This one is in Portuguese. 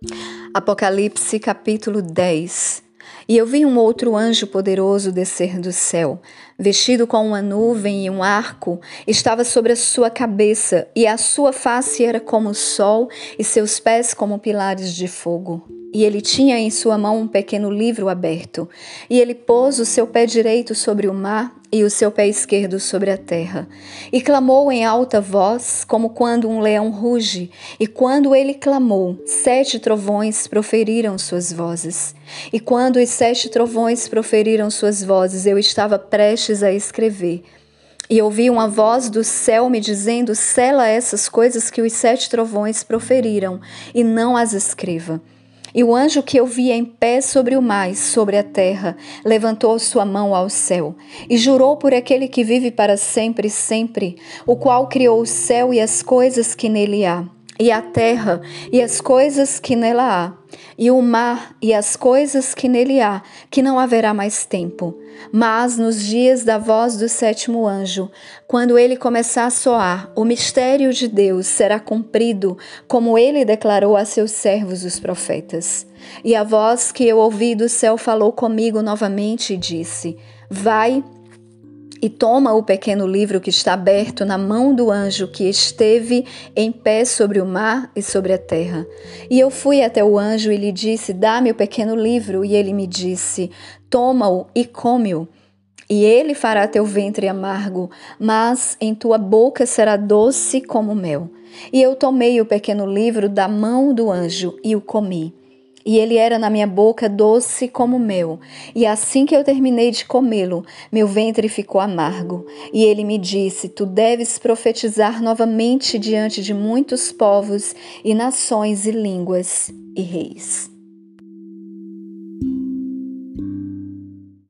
Apocalipse capítulo 10. E eu vi um outro anjo poderoso descer do céu, vestido com uma nuvem e um arco, estava sobre a sua cabeça, e a sua face era como o sol, e seus pés como pilares de fogo. E ele tinha em sua mão um pequeno livro aberto, e ele pôs o seu pé direito sobre o mar e o seu pé esquerdo sobre a terra. E clamou em alta voz, como quando um leão ruge, e quando ele clamou, 7 trovões proferiram suas vozes. E quando os 7 trovões proferiram suas vozes, eu estava prestes a escrever. E ouvi uma voz do céu me dizendo: sela essas coisas que os 7 trovões proferiram, e não as escreva. E o anjo que eu via em pé sobre o mar e sobre a terra levantou sua mão ao céu e jurou por aquele que vive para sempre e sempre, o qual criou o céu e as coisas que nele há, e a terra e as coisas que nela há, e o mar e as coisas que nele há, que não haverá mais tempo. Mas nos dias da voz do 7º anjo, quando ele começar a soar, o mistério de Deus será cumprido, como ele declarou a seus servos os profetas. E a voz que eu ouvi do céu falou comigo novamente e disse: vai e toma o pequeno livro que está aberto na mão do anjo que esteve em pé sobre o mar e sobre a terra. E eu fui até o anjo e lhe disse: dá-me o pequeno livro. E ele me disse: toma-o e come-o. E ele fará teu ventre amargo, mas em tua boca será doce como mel. E eu tomei o pequeno livro da mão do anjo e o comi. E ele era na minha boca doce como mel. E assim que eu terminei de comê-lo, meu ventre ficou amargo. E ele me disse: tu deves profetizar novamente diante de muitos povos e nações e línguas e reis.